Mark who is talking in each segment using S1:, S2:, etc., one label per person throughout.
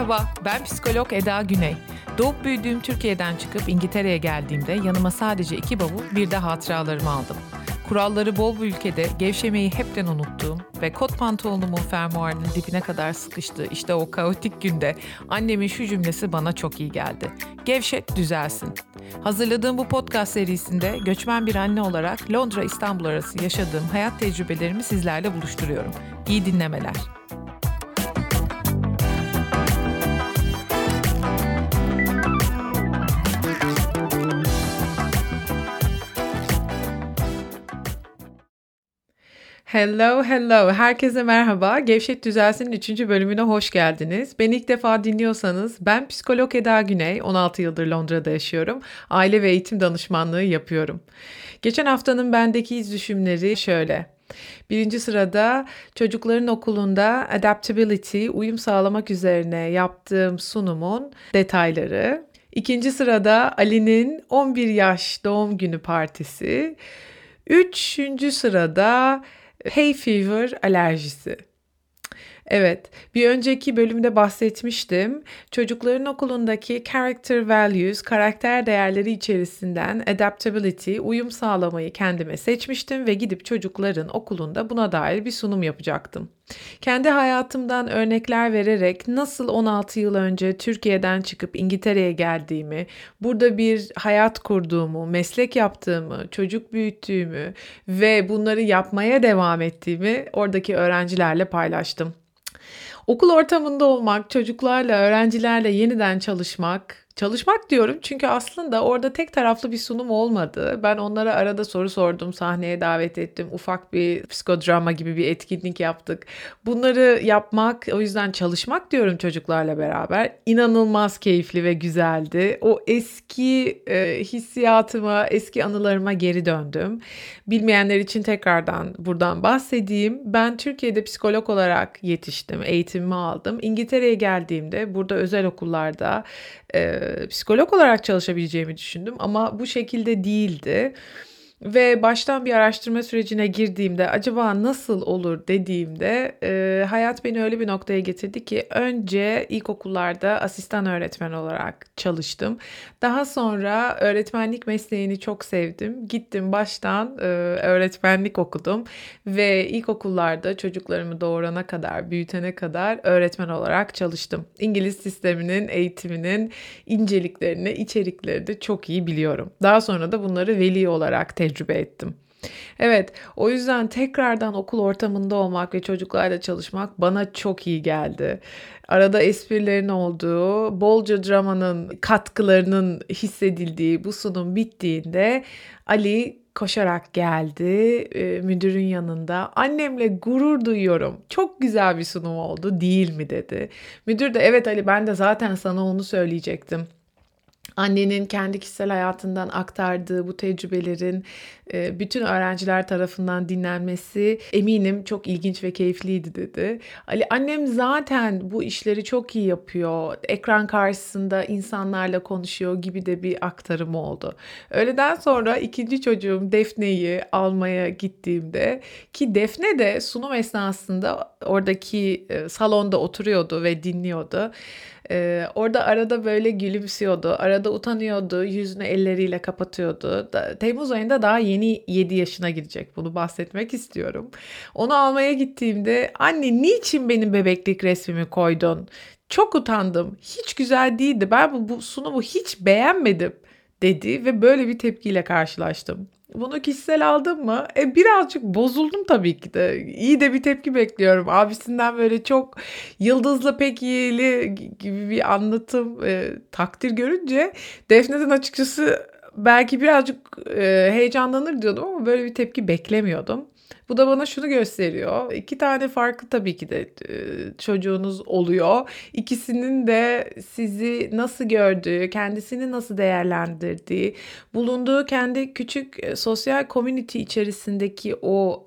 S1: Merhaba, ben psikolog Eda Güney. Doğup büyüdüğüm Türkiye'den çıkıp İngiltere'ye geldiğimde yanıma sadece 2 bavul bir de hatıralarımı aldım. Kuralları bol bir ülkede gevşemeyi hepten unuttuğum ve kot pantolonumun fermuarının dibine kadar sıkıştığı işte o kaotik günde annemin şu cümlesi bana çok iyi geldi. Gevşet, düzelsin. Hazırladığım bu podcast serisinde göçmen bir anne olarak Londra-İstanbul arası yaşadığım hayat tecrübelerimi sizlerle buluşturuyorum. İyi dinlemeler. Hello. Herkese merhaba. Gevşet Düzelsin'in 3. bölümüne hoş geldiniz. Beni ilk defa dinliyorsanız ben psikolog Eda Güney. 16 yıldır Londra'da yaşıyorum. Aile ve eğitim danışmanlığı yapıyorum. Geçen haftanın bendeki iz düşümleri şöyle. 1. sırada çocukların okulunda adaptability, uyum sağlamak üzerine yaptığım sunumun detayları. 2. sırada Ali'nin 11 yaş doğum günü partisi. 3. sırada hay fever alerjisi. Evet, bir önceki bölümde bahsetmiştim. Çocukların okulundaki character values, karakter değerleri içerisinden adaptability, uyum sağlamayı kendime seçmiştim ve gidip çocukların okulunda buna dair bir sunum yapacaktım. Kendi hayatımdan örnekler vererek nasıl 16 yıl önce Türkiye'den çıkıp İngiltere'ye geldiğimi, burada bir hayat kurduğumu, meslek yaptığımı, çocuk büyüttüğümü ve bunları yapmaya devam ettiğimi oradaki öğrencilerle paylaştım. Okul ortamında olmak, çocuklarla, öğrencilerle yeniden çalışmak diyorum çünkü aslında orada tek taraflı bir sunum olmadı. Ben onlara arada soru sordum, sahneye davet ettim, ufak bir psikodrama gibi bir etkinlik yaptık. Bunları yapmak, o yüzden çalışmak diyorum çocuklarla beraber. İnanılmaz keyifli ve güzeldi. O eski hissiyatıma, eski anılarıma geri döndüm. Bilmeyenler için tekrardan buradan bahsedeyim. Ben Türkiye'de psikolog olarak yetiştim, eğitimimi aldım. İngiltere'ye geldiğimde burada özel okullarda psikolog olarak çalışabileceğimi düşündüm ama bu şekilde değildi. Ve baştan bir araştırma sürecine girdiğimde acaba nasıl olur dediğimde hayat beni öyle bir noktaya getirdi ki önce ilkokullarda asistan öğretmen olarak çalıştım. Daha sonra öğretmenlik mesleğini çok sevdim. Gittim baştan öğretmenlik okudum ve ilkokullarda çocuklarımı doğurana kadar, büyütene kadar öğretmen olarak çalıştım. İngiliz sisteminin, eğitiminin inceliklerini, içeriklerini çok iyi biliyorum. Daha sonra da bunları veli olarak tecrübe ettim. Evet, o yüzden tekrardan okul ortamında olmak ve çocuklarla çalışmak bana çok iyi geldi. Arada esprilerin olduğu, bolca dramanın katkılarının hissedildiği bu sunum bittiğinde Ali koşarak geldi müdürün yanında. Annemle gurur duyuyorum. Çok güzel bir sunum oldu değil mi dedi. Müdür de evet Ali ben de zaten sana onu söyleyecektim. Annenin kendi kişisel hayatından aktardığı bu tecrübelerin bütün öğrenciler tarafından dinlenmesi eminim çok ilginç ve keyifliydi dedi. Ali annem zaten bu işleri çok iyi yapıyor. Ekran karşısında insanlarla konuşuyor gibi de bir aktarım oldu. Öğleden sonra ikinci çocuğum Defne'yi almaya gittiğimde ki Defne de sunum esnasında oradaki salonda oturuyordu ve dinliyordu. Orada arada böyle gülümsüyordu, arada utanıyordu, yüzünü elleriyle kapatıyordu. Temmuz ayında daha yeni 7 yaşına girecek, bunu bahsetmek istiyorum. Onu almaya gittiğimde anne niçin benim bebeklik resmimi koydun? Çok utandım, hiç güzel değildi, ben bu sunumu hiç beğenmedim dedi ve böyle bir tepkiyle karşılaştım. Bunu kişisel aldım mı? Birazcık bozuldum tabii ki de. İyi de bir tepki bekliyorum. Abisinden böyle çok yıldızlı pek iyili gibi bir anlatım takdir görünce Defne'den açıkçası belki birazcık heyecanlanır diyordum ama böyle bir tepki beklemiyordum. Bu da bana şunu gösteriyor. 2 tane farklı tabii ki de çocuğunuz oluyor. İkisinin de sizi nasıl gördüğü, kendisini nasıl değerlendirdiği, bulunduğu kendi küçük sosyal community içerisindeki o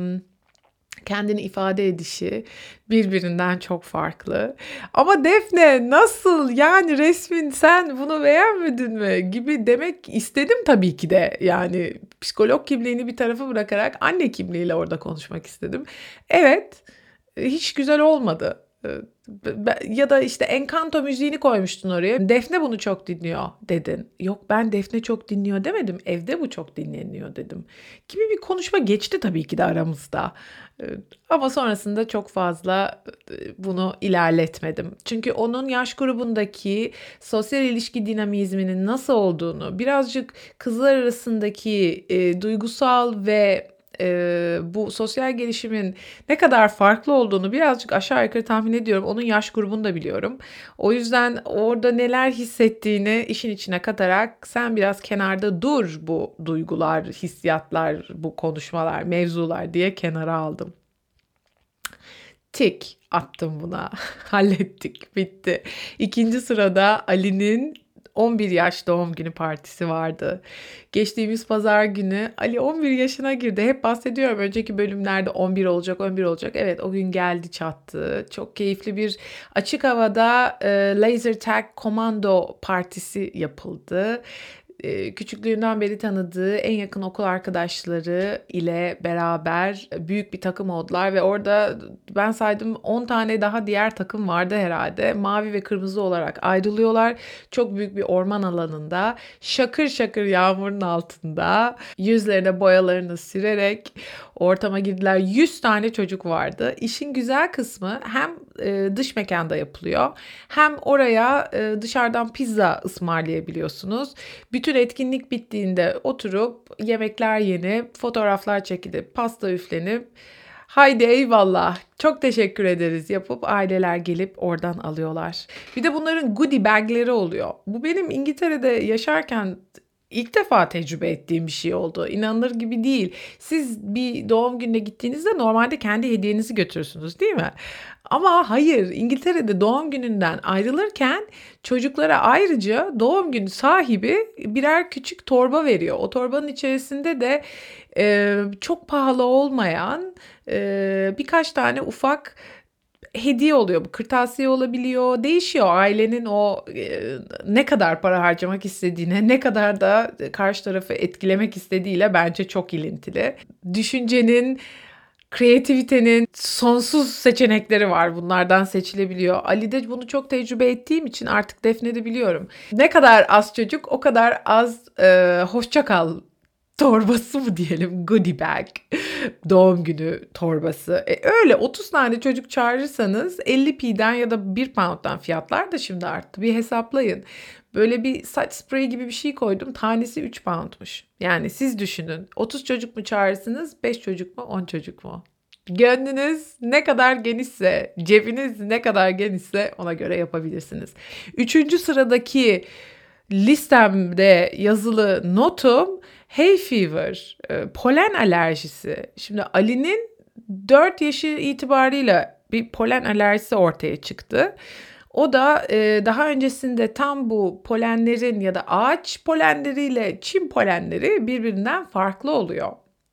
S1: kendini ifade edişi birbirinden çok farklı. Ama Defne nasıl yani resmin sen bunu beğenmedin mi gibi demek istedim tabii ki de. Yani psikolog kimliğini bir tarafa bırakarak anne kimliğiyle orada konuşmak istedim. Evet, hiç güzel olmadı. Ya da işte Encanto müziğini koymuştun oraya. Defne bunu çok dinliyor dedin. Yok, ben Defne çok dinliyor demedim. Evde bu çok dinleniyor dedim. Gibi bir konuşma geçti tabii ki de aramızda. Ee, Ama sonrasında çok fazla bunu ilerletmedim. Çünkü onun yaş grubundaki sosyal ilişki dinamizminin nasıl olduğunu, birazcık kızlar arasındaki duygusal ve bu sosyal gelişimin ne kadar farklı olduğunu birazcık aşağı yukarı tahmin ediyorum. Onun yaş grubunu da biliyorum. O yüzden orada neler hissettiğini işin içine katarak sen biraz kenarda dur, bu duygular, hissiyatlar, bu konuşmalar, mevzular diye kenara aldım. Tik attım buna. Hallettik, bitti. İkinci sırada Ali'nin 11 yaş doğum günü partisi vardı. Geçtiğimiz pazar günü Ali 11 yaşına girdi. Hep bahsediyorum, önceki bölümlerde 11 olacak, 11 olacak. Evet, o gün geldi çattı. Çok keyifli bir açık havada laser tag komando partisi yapıldı. Küçüklüğünden beri tanıdığı en yakın okul arkadaşları ile beraber büyük bir takım oldular ve orada ben saydım 10 tane daha diğer takım vardı herhalde. Mavi ve kırmızı olarak ayrılıyorlar. Çok büyük bir orman alanında, şakır şakır yağmurun altında yüzlerine boyalarını sürerek ortama girdiler. 100 tane çocuk vardı. İşin güzel kısmı hem dış mekanda yapılıyor, hem oraya dışarıdan pizza ısmarlayabiliyorsunuz. Bütün etkinlik bittiğinde oturup yemekler yenip, fotoğraflar çekilip, pasta üflenip, haydi eyvallah, çok teşekkür ederiz yapıp aileler gelip oradan alıyorlar. Bir de bunların goodie bagleri oluyor. Bu benim İngiltere'de yaşarken İlk defa tecrübe ettiğim bir şey oldu. İnanılır gibi değil. Siz bir doğum gününe gittiğinizde normalde kendi hediyenizi götürürsünüz, değil mi? Ama hayır, İngiltere'de doğum gününden ayrılırken çocuklara ayrıca doğum günü sahibi birer küçük torba veriyor. O torbanın içerisinde de çok pahalı olmayan birkaç tane ufak hediye oluyor. Bu kırtasiye olabiliyor. Değişiyor ailenin o ne kadar para harcamak istediğine, ne kadar da karşı tarafı etkilemek istediğiyle bence çok ilintili. Düşüncenin, kreativitenin sonsuz seçenekleri var. Bunlardan seçilebiliyor. Ali'de bunu çok tecrübe ettiğim için artık Defne'de biliyorum. Ne kadar az çocuk, o kadar az hoşça kal torbası mı diyelim, goodie bag, doğum günü torbası. Öyle 30 tane çocuk çağırırsanız 50p'den ya da 1 pound'dan, fiyatlar da şimdi arttı, bir hesaplayın. Böyle bir saç spreyi gibi bir şey koydum, tanesi 3 pound'muş. Yani siz düşünün, 30 çocuk mu çağırırsınız, 5 çocuk mu, 10 çocuk mu? Gönlünüz ne kadar genişse, cebiniz ne kadar genişse ona göre yapabilirsiniz. Üçüncü sıradaki listemde yazılı notum hay fever, polen alerjisi. Şimdi Ali'nin 4 yaşı itibarıyla bir polen alerjisi ortaya çıktı. O da daha öncesinde tam bu polenlerin ya da ağaç polenleriyle çim polenleri birbirinden farklı oluyor.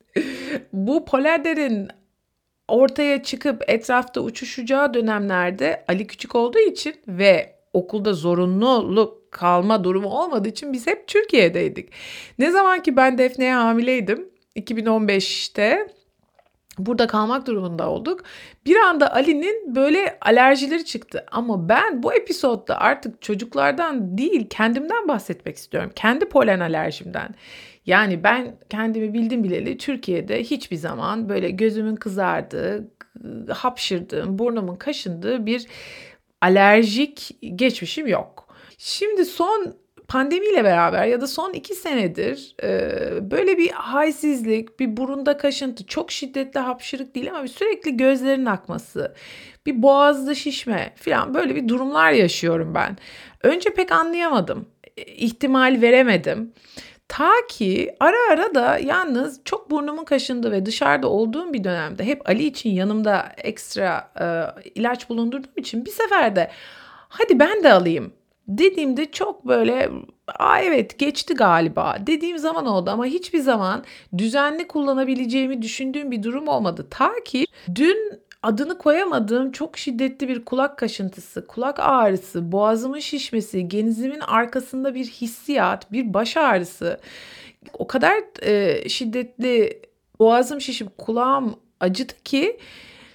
S1: Bu polenlerin ortaya çıkıp etrafta uçuşacağı dönemlerde Ali küçük olduğu için ve okulda zorunluluk kalma durumu olmadığı için biz hep Türkiye'deydik. Ne zaman ki ben Defne'ye hamileydim 2015'te, burada kalmak durumunda olduk. Bir anda Ali'nin böyle alerjileri çıktı. Ama ben bu episodda artık çocuklardan değil, kendimden bahsetmek istiyorum. Kendi polen alerjimden. Yani ben kendimi bildim bileli Türkiye'de hiçbir zaman böyle gözümün kızardığı, hapşırdığım, burnumun kaşındığı bir alerjik geçmişim yok. Şimdi son pandemiyle beraber ya da son 2 senedir böyle bir halsizlik, bir burunda kaşıntı, çok şiddetli hapşırık değil ama bir sürekli gözlerin akması, bir boğazda şişme falan, böyle bir durumlar yaşıyorum ben. Önce pek anlayamadım, ihtimal veremedim. Ta ki ara ara da yalnız çok burnumun kaşındı ve dışarıda olduğum bir dönemde hep Ali için yanımda ekstra ilaç bulundurduğum için bir seferde hadi ben de alayım dediğimde çok böyle evet geçti galiba dediğim zaman oldu ama hiçbir zaman düzenli kullanabileceğimi düşündüğüm bir durum olmadı. Ta ki dün adını koyamadığım çok şiddetli bir kulak kaşıntısı, kulak ağrısı, boğazımın şişmesi, genizimin arkasında bir hissiyat, bir baş ağrısı. O kadar şiddetli boğazım şişip kulağım acıdı ki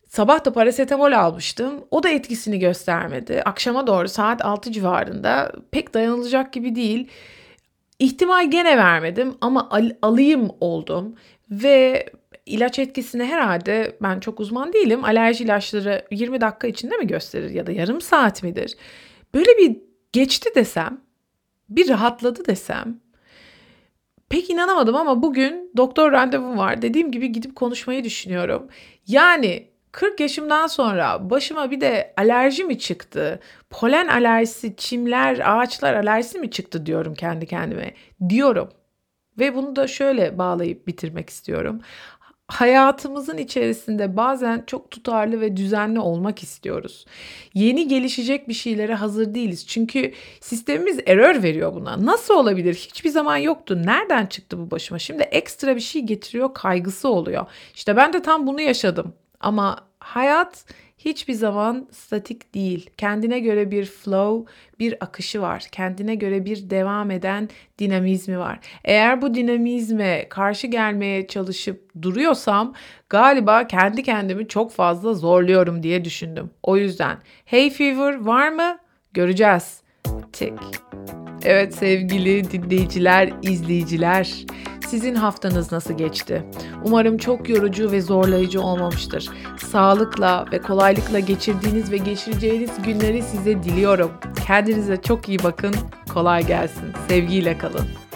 S1: Sabah da parasetamol almıştım. O da etkisini göstermedi. Akşama doğru saat 6 civarında pek dayanılacak gibi değil. İhtimal gene vermedim ama alayım oldum ve ilaç etkisini herhalde ben çok uzman değilim. Alerji ilaçları 20 dakika içinde mi gösterir ya da yarım saat midir? Böyle bir geçti desem, bir rahatladı desem pek inanamadım ama bugün doktor randevum var. Dediğim gibi gidip konuşmayı düşünüyorum. Yani 40 yaşımdan sonra başıma bir de alerji mi çıktı? Polen alerjisi, çimler, ağaçlar alerjisi mi çıktı diyorum kendi kendime. Diyorum. Ve bunu da şöyle bağlayıp bitirmek istiyorum. Hayatımızın içerisinde bazen çok tutarlı ve düzenli olmak istiyoruz. Yeni gelişecek bir şeylere hazır değiliz. Çünkü sistemimiz error veriyor buna. Nasıl olabilir? Hiçbir zaman yoktu. Nereden çıktı bu başıma? Şimdi ekstra bir şey getiriyor, kaygısı oluyor. İşte ben de tam bunu yaşadım. Ama hayat hiçbir zaman statik değil. Kendine göre bir flow, bir akışı var. Kendine göre bir devam eden dinamizmi var. Eğer bu dinamizme karşı gelmeye çalışıp duruyorsam galiba kendi kendimi çok fazla zorluyorum diye düşündüm. O yüzden hay fever var mı? Göreceğiz. Tik. Evet sevgili dinleyiciler, izleyiciler. Sizin haftanız nasıl geçti? Umarım çok yorucu ve zorlayıcı olmamıştır. Sağlıkla ve kolaylıkla geçirdiğiniz ve geçireceğiniz günleri size diliyorum. Kendinize çok iyi bakın. Kolay gelsin. Sevgiyle kalın.